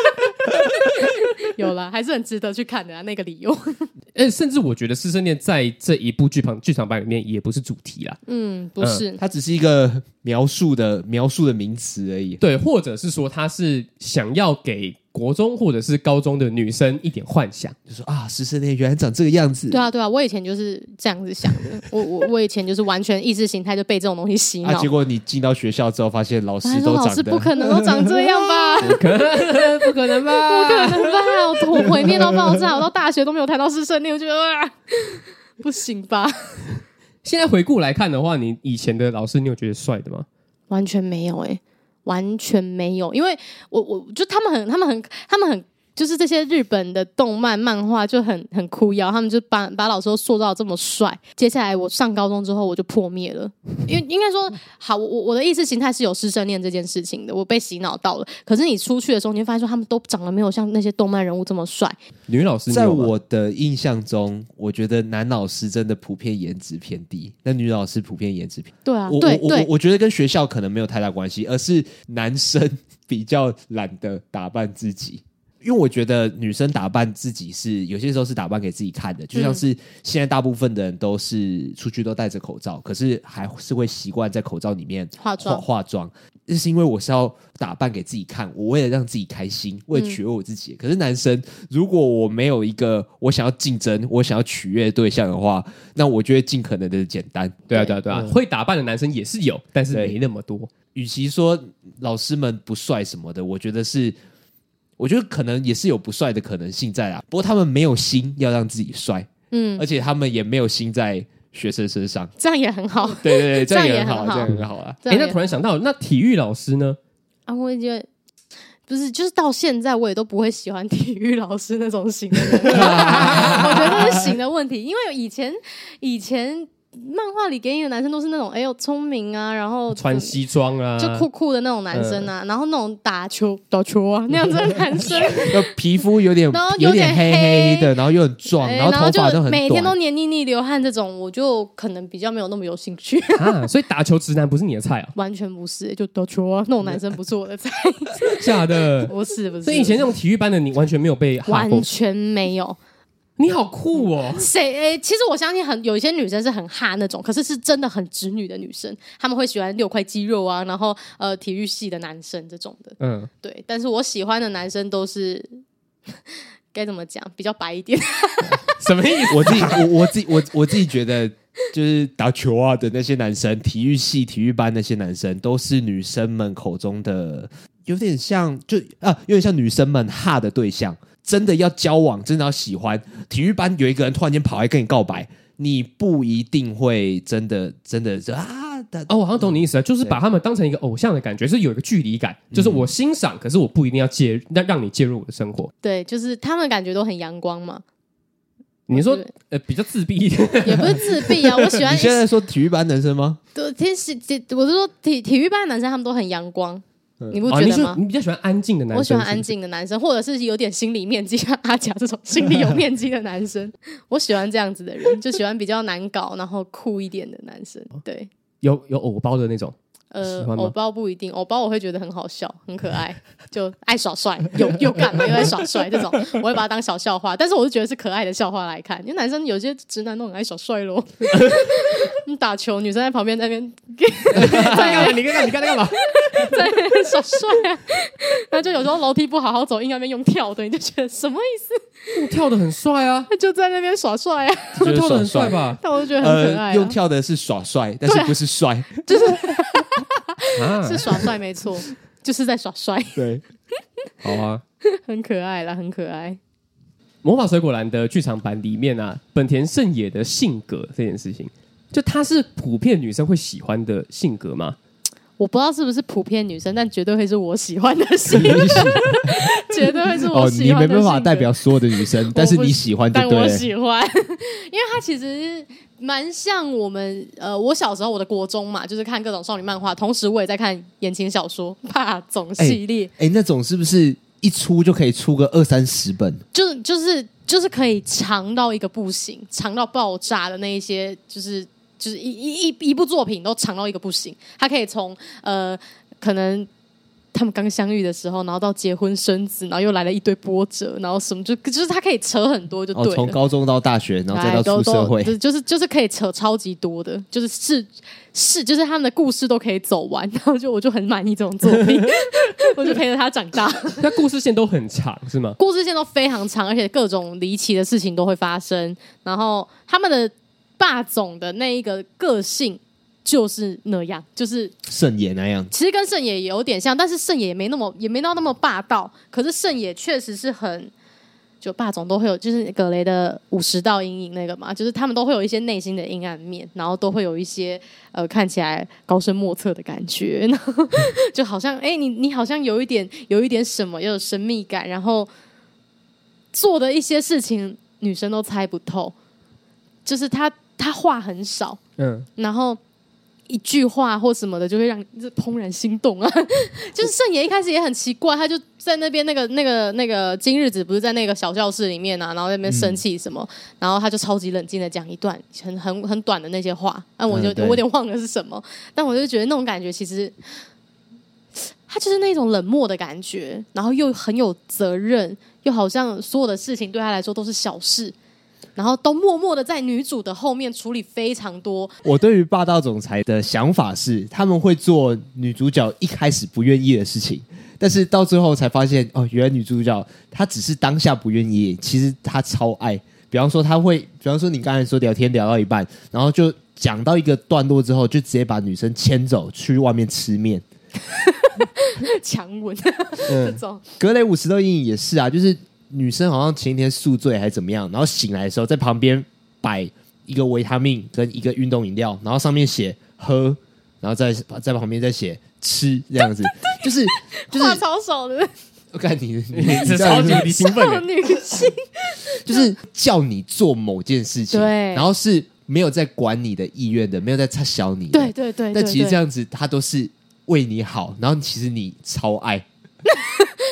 有了，还是很值得去看的啊，那个理由。 呃，甚至我觉得师生恋在这一部剧场剧场版里面也不是主题啦。 嗯，不是， 嗯、它只是一个描述的描述的名词而已。 对，或者是说他是想要给国中或者是高中的女生一点幻想， 就说啊，师生恋原来长这个样子。 对啊，对啊，我以前就是这样子想的。我我我以前就是完全意识形态就被这种东西洗脑。 啊，结果你进到学校之后，发现老师都长得， 老师不可能都长这样吧？ 不可能，不可能吧？ 不可能吧？我毁灭到爆炸，我到大学都没有谈到师生恋，我觉得啊，不行吧？ 现在回顾来看的话，你以前的老师，你有觉得帅的吗？ 完全没有哎、欸，完全没有，因为我我就他们很他们很他们很就是这些日本的动漫漫画就很很酷妖，他们就把把老师都塑造这么帅。接下来我上高中之后我就破灭了，因为应该说好，我我的意识形态是有师生恋这件事情的，我被洗脑到了。可是你出去的时候，你会发现说他们都长得没有像那些动漫人物这么帅。 女老师在我的印象中，我觉得男老师真的普遍颜值偏低，那女老师普遍颜值偏低。 对啊， 我对对， 我我觉得跟学校可能没有太大关系，而是男生比较懒得打扮自己。因为我觉得女生打扮自己是有些时候是打扮给自己看的，就像是现在大部分的人都是出去都戴着口罩，可是还是会习惯在口罩里面化妆化妆，这是因为我是要打扮给自己看，我为了让自己开心，为了取悦我自己、嗯、可是男生如果我没有一个我想要竞争我想要取悦的对象的话，那我就会尽可能的简单。 对啊对啊对啊、嗯、会打扮的男生也是有，但是没那么多。 与其说老师们不帅什么的，我觉得是我觉得可能也是有不帅的可能性在啦，不过他们没有心要让自己帅，嗯，而且他们也没有心在学生身上， 这样也很好。 对对对，这样也很好，这样很好啊。 哎、欸，那突然想到，那体育老师呢？ 啊，我也觉得不是，就是到现在我也都不会喜欢体育老师那种型的人。我觉得这是型的问题，因为以前以前。漫画里给你的男生都是那种哎呦聪明啊，然后穿西装啊， 就酷酷的那种男生啊，嗯、然后那种打球打球啊那样子的男生， 皮肤有点有点黑黑的，然后又很壮，然后头发都很短， 每天都黏腻腻流汗这种，我就可能比较没有那么有兴趣啊。所以打球直男不是你的菜啊？ 完全不是，就打球啊那种男生不是我的菜。 假的？ 不是不是。 所以以前那种体育班的你完全没有被， 完全没有。 你好酷哦！ 谁？诶，其实我相信很有一些女生是很哈那种，可是是真的很直女的女生，她们会喜欢六块肌肉啊，然后呃体育系的男生这种的。嗯，对。但是我喜欢的男生都是该怎么讲，比较白一点。 什么意思？我自己我我自己我我自己觉得，就是打球啊的那些男生，体育系体育班那些男生，都是女生们口中的有点像就啊，有点像女生们哈的对象。真的要交往，真的要喜欢，体育班有一个人突然间跑来跟你告白，你不一定会真的真的啊。 哦，我好像懂你意思了，就是把他们当成一个偶像的感觉，是有一个距离感，就是我欣赏，嗯、可是我不一定要介让让你介入我的生活。 对，就是他们感觉都很阳光嘛。 你说呃比较自闭一点， 也不是自闭啊，我喜欢。 你现在说体育班男生吗？ 对，其实我是说体体育班的男生，他们都很阳光。你不觉得吗、 哦、你, 你比较喜欢安静的男生？ 我喜欢安静的男生，或者是有点心理面积，像阿甲这种心理有面积的男生。我喜欢这样子的人，就喜欢比较难搞，然后酷一点的男生。对， 有有偶包的那种。 呃，偶包不一定，偶包我会觉得很好笑，很可爱，就爱耍帅，又又干嘛又爱耍帅这种，我会把它当小笑话。但是我是觉得是可爱的笑话来看，因为男生有些直男都很爱耍帅咯。你打球，女生在旁边那边， 在干嘛？你干你干在干嘛？ 在那边耍帅啊！然后就有时候楼梯不好好走，硬要那边用跳的，你就觉得什么意思？ 用跳的很帅啊， 就在那边耍帅啊， 就跳的很帅吧？ 但我就觉得很可爱、啊呃。用跳的是耍帅，但是不是帅， 就是。是耍帅没错，就是在耍帅。 对， 好啊， 很可爱啦，很可爱。 魔法水果篮的剧场版里面啊，本田胜也的性格这件事情，就他是普遍女生会喜欢的性格吗？ 我不知道是不是普遍女生，但绝对会是我喜欢的性格，绝对会是我喜欢的性格、哦、 你没办法代表所有的女生，但是你喜欢就对了。 但我喜欢，因为他其实蛮像我们呃，我小时候我的国中嘛，就是看各种少女漫画，同时我也在看言情小说，霸总系列。 哎、欸欸，那种是不是一出就可以出个二三十本？ 就是就是就是可以长到一个不行，长到爆炸的那一些，就是就是一一一一部作品都长到一个不行。它可以从呃可能他们刚相遇的时候，然后到结婚生子，然后又来了一堆波折，然后什么就就是他可以扯很多就对了。 从、哦、高中到大学，然后再到出社会， 就是就是可以扯超级多的，就是是是就是他们的故事都可以走完，然后就我就很满意这种作品，我就陪着他长大。 他故事线都很长是吗？ 故事线都非常长，而且各种离奇的事情都会发生，然后他们的霸总的那一个个性。就是那样，就是胜也那样。 其实跟胜也有点像，但是胜也没那么也没到那么霸道。可是胜也确实是很，就霸总都会有，就是葛雷的五十道阴影那个嘛，就是他们都会有一些内心的阴暗面，然后都会有一些呃看起来高深莫测的感觉，然后就好像哎、欸，你你好像有一点有一点什么，又有神秘感，然后做的一些事情女生都猜不透，就是他他话很少，嗯，然后。一句话或什么的就会让你怦然心动啊！就是胜也一开始也很奇怪，他就在那边那个那个那个今日子不是在那个小教室里面啊，然后在那边生气什么、嗯，然后他就超级冷静的讲一段很很很短的那些话，但我就、嗯、我有点忘了是什么，但我就觉得那种感觉其实他就是那种冷漠的感觉，然后又很有责任，又好像所有的事情对他来说都是小事。然后都默默的在女主的后面处理非常多。 我对于霸道总裁的想法是，他们会做女主角一开始不愿意的事情，但是到最后才发现，哦，原来女主角她只是当下不愿意，其实她超爱。比方说，她会，比方说你刚才说聊天聊到一半，然后就讲到一个段落之后，就直接把女生牵走去外面吃面， 强吻、嗯、这种。 格雷五十道阴影也是啊，就是。女生好像前一天宿醉还是怎么样，然后醒来的时候在旁边摆一个维他命跟一个运动饮料，然后上面写喝，然后再在旁边再写吃，这样子，就是就是话超少的。 我看你，你是超级的兴奋， 少女心， 就是叫你做某件事情， 对， 然后是没有在管你的意愿的，没有在插小你的， 对对 对, 对, 对。 但其实这样子，他都是为你好，然后其实你超爱。 就是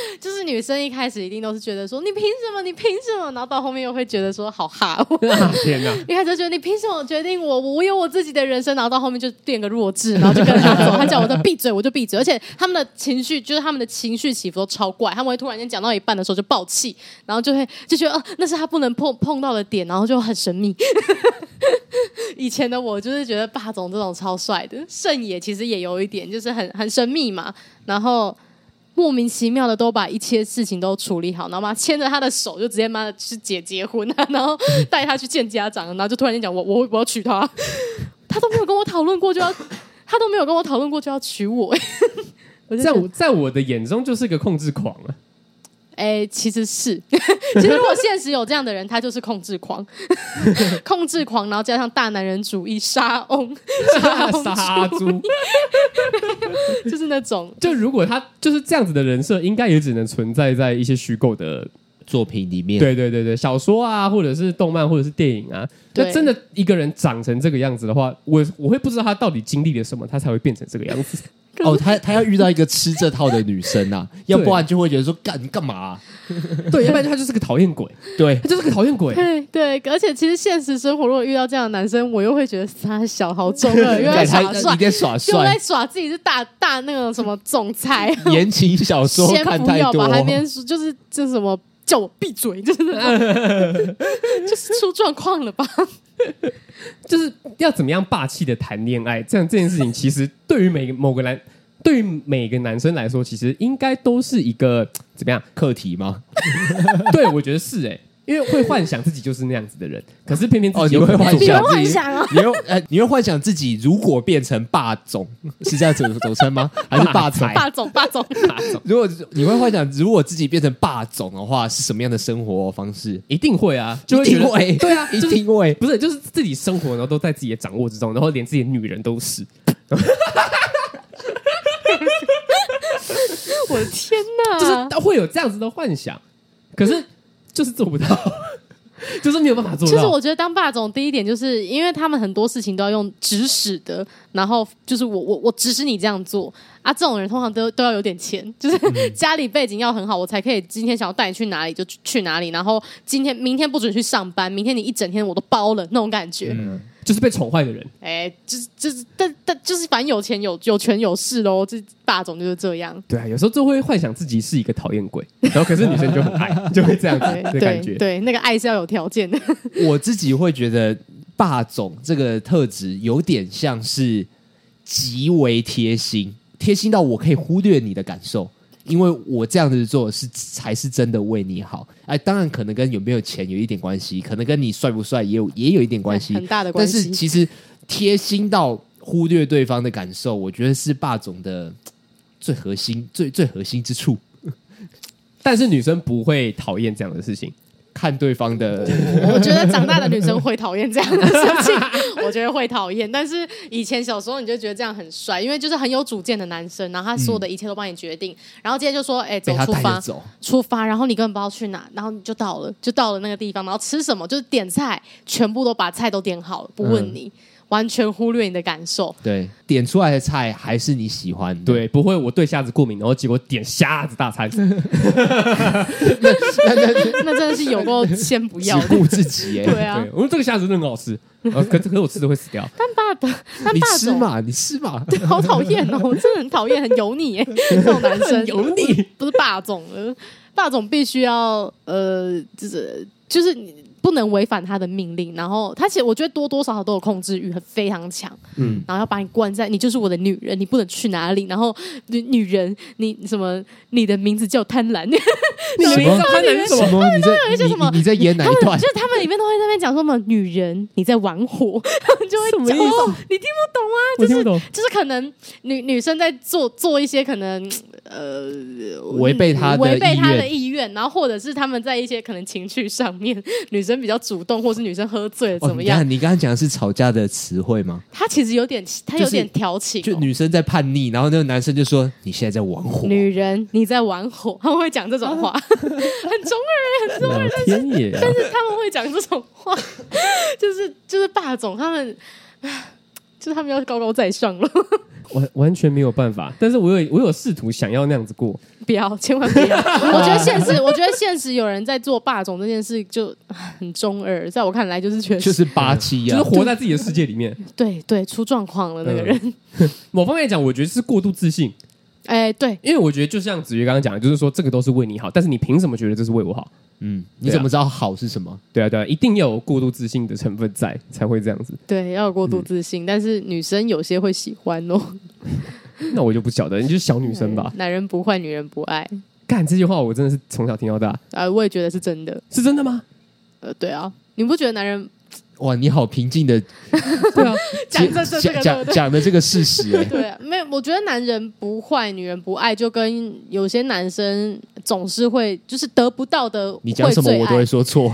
女生一开始一定都是觉得说你凭什么，你凭什么，然后到后面又会觉得说好哈， 天哪！ 一开始就觉得你凭什么决定我，我有我自己的人生，然后到后面就变个弱智，然后就跟他走，他叫我就闭嘴，我就闭嘴，而且他们的情绪就是他们的情绪起伏都超怪，他们会突然间讲到一半的时候就爆气，然后就会就觉得哦、呃，那是他不能碰碰到的点，然后就很神秘。以前的我就是觉得霸总这种超帅的，胜也其实也有一点，就是很很神秘嘛，然后莫名其妙的都把一切事情都处理好，然后妈牵着他的手就直接妈的去结结婚啊，然后带他去见家长，然后就突然间讲我我我要娶她，他都没有跟我讨论过就要，他都没有跟我讨论过就要娶我， 在我在我的眼中就是个控制狂啊。 哎，其实是，其实如果现实有这样的人，他就是控制狂，控制狂，然后加上大男人主义、沙翁、 杀猪， 就是那种。 就如果他就是这样子的人设，应该也只能存在在一些虚构的作品里面。 对对对对，小说啊，或者是动漫，或者是电影啊。那真的一个人长成这个样子的话，我我会不知道他到底经历了什么，他才会变成这个样子。 哦，他他要遇到一个吃这套的女生啊，要不然就会觉得说干你干嘛、啊？ 对，要不然他就是个讨厌鬼， 对， 他就是个讨厌鬼。 对对，而且其实现实生活如果遇到这样的男生，我又会觉得他小好中二，又在耍帅， 你在耍帅， 又在耍自己是大大那个什么总裁， 言情小说看太多， 把那边就是就是什么叫我闭嘴，就是就是出状况了吧。 就是要怎么样霸气的谈恋爱，这样这件事情其实对于每个某个男，对于每个男生来说，其实应该都是一个怎么样课题吗？ 对，我觉得是哎、欸，因为会幻想自己就是那样子的人，可是偏偏自己哦，你会幻想自己， 你会幻想啊， 你会呃，你会幻想自己如果变成霸总，是这样子总称吗？还是霸总？ 霸总，霸总， 霸总。 如果你会幻想，如果自己变成霸总的话，是什么样的生活方式？ 一定会啊，就会觉得一定会， 对啊， 一定会， 不是就是自己生活，然后都在自己的掌握之中，然后连自己的女人都是。 我的天哪！ 就是会有这样子的幻想，可是就是做不到，就是没有办法做到。 就是我觉得当霸总第一点就是因为他们很多事情都要用指使的，然后就是我我我指使你这样做啊，这种人通常都都要有点钱，就是家里背景要很好，我才可以今天想要带你去哪里就去哪里，然后今天明天不准去上班，明天你一整天我都包了那种感觉。嗯， 就是被宠坏的人， 哎、欸，就是就是但但就是反正有钱有有权有势喽，这霸总就是这样。 对啊，有时候就会幻想自己是一个讨厌鬼，然后可是女生就很爱，就会这样子的感觉。 对, 对，那个爱是要有条件的。 我自己会觉得霸总这个特质有点像是极为贴心，贴心到我可以忽略你的感受。因为我这样子做是才是真的为你好，哎，当然可能跟有没有钱有一点关系，可能跟你帅不帅也有也有一点关系， 很大的关系。 但是其实贴心到忽略对方的感受，我觉得是霸总的最核心、最最核心之处。 但是女生不会讨厌这样的事情。 看对方的， 我觉得长大的女生会讨厌这样的事情，我觉得会讨厌。但是以前小时候你就觉得这样很帅，因为就是很有主见的男生，然后他所有的一切都帮你决定，嗯、然后今天就说，哎、欸，走，出发， 走， 出发，然后你根本不知道去哪，然后你就到了，就到了那个地方，然后吃什么就是点菜，全部都把菜都点好了，不问你。嗯，完全忽略你的感受， 对，点出来的菜还是你喜欢的， 对，不会我对虾子过敏，然后结果点虾子大餐，那那那真的是有够先不要的， 只顾自己耶， 对啊， 对，我说这个虾子真的很好吃，可可是我吃的会死掉， 但霸的，但你霸吃嘛，你吃嘛， 对，好讨厌哦，我真的很讨厌，很油腻耶，这种男生油腻， 不是霸总了，霸总必须要呃，就是就是你。不能违反他的命令，然后他其实我觉得多多少少都有控制欲，很非常强，嗯，然后要把你关在，你就是我的女人，你不能去哪里，然后女女人，你什么，你的名字叫贪婪，你的名字叫贪婪是什么？ 什么？你在有一些什么？ 你, 你在演哪一段？ 就是他们里面都会在那边讲说什么女人你在玩火，就会讲哦，你听不懂啊，就是、 我听不懂， 就是可能女女生在做做一些可能呃违背她违背她的意愿，然后或者是他们在一些可能情绪上面，女生比较主动，或是女生喝醉了怎么样？ 哦、你刚刚讲的是吵架的词汇吗？ 他其实有点，他有点调情、哦就是，就女生在叛逆，然后那个男生就说：“你现在在玩火。” 女人你在玩火，他们会讲这种话，很中二，很中二。 天爷、啊！ 但是他们会讲这种话，就是就是霸总他们。就就是他们要高高在上了。 完完全没有办法，但是我有我有试图想要那样子过， 不要，千万不要！我觉得现实，我觉得现实有人在做霸总这件事就很中二，在我看来就是确实就是八七啊， 就是活在自己的世界里面。 对对，出状况了那个人。 嗯、某方面来讲，我觉得是过度自信。 哎，对， 因为我觉得就像子瑜刚刚讲的，就是说这个都是为你好，但是你凭什么觉得这是为我好？ 嗯，你怎么知道好是什么？ 对啊，对啊，一定要有过度自信的成分在，才会这样子。 对，要有过度自信，嗯、但是女生有些会喜欢哦。 那我就不晓得，你就是小女生吧？ 男人不坏，女人不爱。 干这句话，我真的是从小听到大。啊、 呃，我也觉得是真的， 是真的吗？ 呃，对啊，你不觉得男人？ 哇，你好平静的， 对啊，讲这这个讲讲的这个事实、欸， 对啊，没有，我觉得男人不坏，女人不爱，就跟有些男生总是会就是得不到的， 你讲什么我都会说错，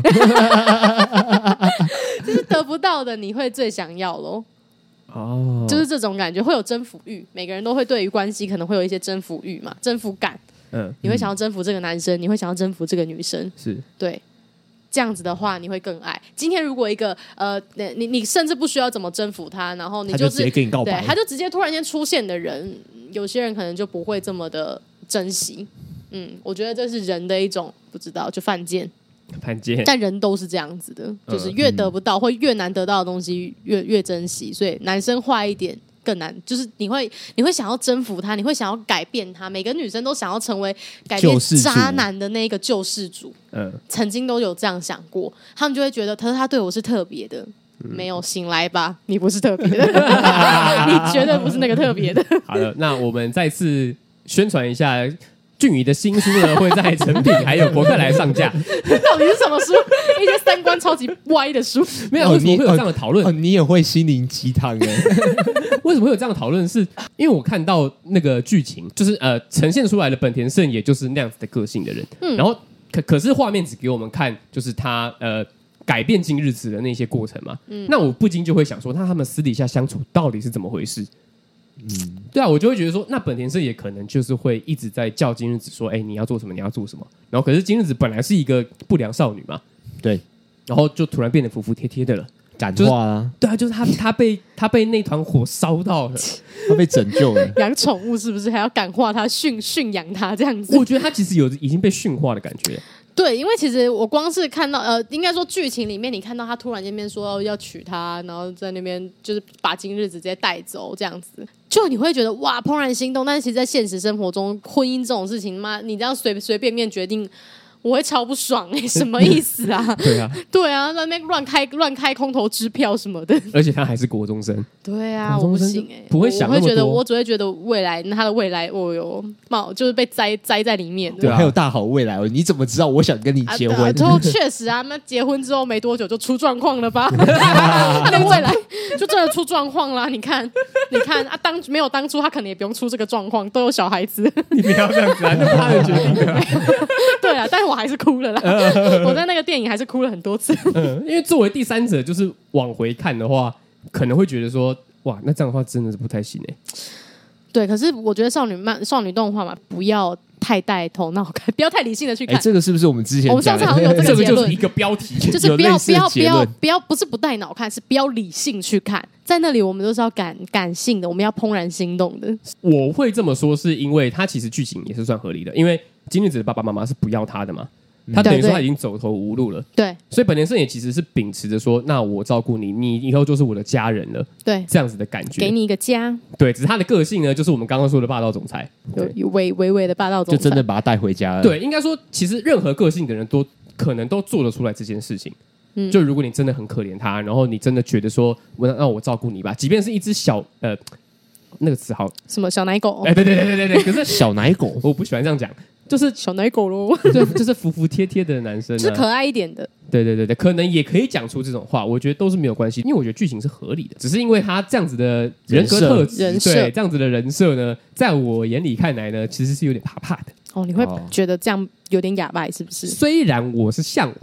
就是得不到的你会最想要咯。 哦， 就是这种感觉，会有征服欲，每个人都会对于关系可能会有一些征服欲嘛，征服感，嗯，你会想要征服这个男生，你会想要征服这个女生， 是对。 这样子的话，你会更爱。今天如果一个呃，你你甚至不需要怎么征服他，然后你、就是、 他就直接跟你告白， 对，他就直接突然间出现的人，有些人可能就不会这么的珍惜。嗯，我觉得这是人的一种不知道就犯贱， 犯贱。 但人都是这样子的，就是越得不到、嗯、或越难得到的东西越越珍惜。所以男生坏一点。更难，就是你会你会想要征服他，你会想要改变他。每个女生都想要成为改变渣男的那个救世主，嗯，曾经都有这样想过，他们就会觉得，可是他对我是特别的，嗯、没有醒来吧，你不是特别的，你绝对不是那个特别的。 好的，那我们再次宣传一下。俊宇的新书呢，会在诚品还有博客来上架。 到底是什么书？一些三观超级歪的书。 没有，为什么会有这样的讨论、 哦哦？你也会心灵鸡汤哎？ 为什么会有这样的讨论？是因为我看到那个剧情，就是呃呈现出来的本田胜，也就是那样子的个性的人。嗯、然后可可是画面只给我们看，就是他呃改变今日子的那些过程嘛。嗯、那我不禁就会想说，那他们私底下相处到底是怎么回事？嗯，对啊，我就会觉得说，那本田胜也可能就是会一直在叫今日子说，哎、欸，你要做什么，你要做什么。然后，可是今日子本来是一个不良少女嘛， 对， 然后就突然变得服服帖帖的了， 感化啊、 就是，对啊，就是他他被他被那团火烧到了， 他被拯救了。 养宠物是不是还要感化他、驯驯养他这样子？ 我觉得他其实有已经被驯化的感觉。 对，因为其实我光是看到呃，应该说剧情里面，你看到他突然间边说要娶她，然后在那边就是把今日子直接带走这样子，就你会觉得哇怦然心动。但是其实，在现实生活中，婚姻这种事情，妈，你这样随随便便决定。我会超不爽哎、欸，什么意思啊？ 对啊， 对啊，在那边乱开乱开空头支票什么的， 而且他还是国中生。 对啊，我不行哎、欸， 不会想那么多。 我会觉得，我只会觉得未来他的未来，我有冒就是被栽栽在里面。 对、啊，还有大好未来哦！你怎么知道我想跟你结婚？ 之后确实啊，那结婚之后没多久就出状况了吧？他的未来就真的出状况啦！你看，你看啊，当没有当初他可能也不用出这个状况，都有小孩子。 你不要这样子啊，那是他的决定的、啊。 对啊，但是我还是哭了啦。我在那个电影还是哭了很多次。 嗯，因为作为第三者，就是往回看的话，可能会觉得说，哇，那这样的话真的是不太行哎、欸。 对，可是我觉得少女漫、少女动画嘛，不要太带头脑看，不要太理性的去看。 这个是不是我们之前我们上次好像有这个结论？ 这个就是一个标题， 就是不要不要不要不要，不是不带脑看，是不要理性去看。在那里，我们都是要感感性的，我们要怦然心动的。 我会这么说，是因为它其实剧情也是算合理的，因为金日子的爸爸妈妈是不要他的嘛。他等于说他已经走投无路了， 对， 所以本田胜也其实是秉持着说，那我照顾你，你以后就是我的家人了， 对， 这样子的感觉， 给你一个家， 对，只是他的个性呢，就是我们刚刚说的霸道总裁， 有有微微微的霸道总裁， 就真的把他带回家了。 对，应该说，其实任何个性的人都可能都做得出来这件事情。嗯，就如果你真的很可怜他，然后你真的觉得说，我让我照顾你吧，即便是一只小呃那个词好什么小奶狗， 哎、欸，对对对对对，可是小奶狗我不喜欢这样讲。就是小奶狗咯， 就就是服服帖帖的男生、啊， 就是可爱一点的。 对对对对，可能也可以讲出这种话，我觉得都是没有关系，因为我觉得剧情是合理的，只是因为他这样子的人格特质， 人设对这样子的人设呢，在我眼里看来呢，其实是有点怕怕的。 哦，你会觉得这样有点哑巴，是不是？ 虽然我是向往的。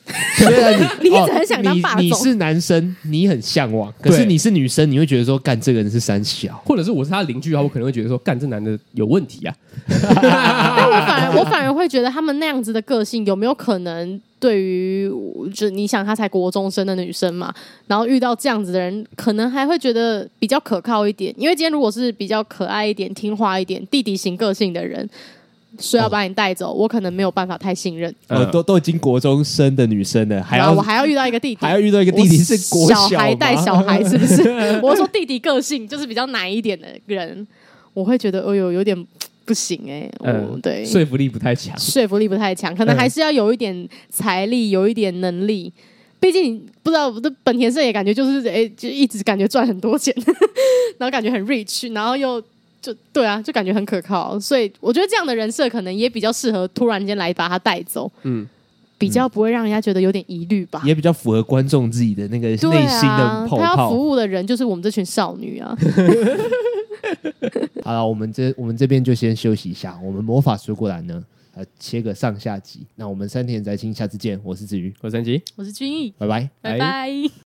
虽然你你一直很想当霸总、 哦、你, 你是男生，你很向往，可是你是女生，你会觉得说干这个人是三小， 或者是我是他的邻居的话，我可能会觉得说干这男的有问题啊。 但我反而我反而会觉得他们那样子的个性有没有可能对于就你想她才国中生的女生嘛，然后遇到这样子的人可能还会觉得比较可靠一点，因为今天如果是比较可爱一点听话一点弟弟型个性的人说要把你带走、哦、我可能没有办法太信任、 呃、都, 都已经国中生的女生了，还要我还要遇到一个弟弟， 还要遇到一个弟弟是国小小孩带小孩是不是我说弟弟个性就是比较奶一点的人，我会觉得哦呦有点不行哎、欸嗯，对， 说服力不太强， 说服力不太强，可能还是要有一点财力，有一点能力。毕竟你不知道，本田胜也感觉就是哎、欸，就一直感觉赚很多钱，然后感觉很 rich， 然后又就对啊，就感觉很可靠。所以我觉得这样的人设可能也比较适合突然间来把他带走，嗯，比较不会让人家觉得有点疑虑吧， 也比较符合观众自己的那个内心的泡泡。 他要服务的人就是我们这群少女啊。 好了，我们这我们这边就先休息一下。我们魔法水果篮呢，呃，切个上下集。那我们三田宅青下次见。我是子瑜， 我是三吉， 我是君毅， 拜拜， 拜拜。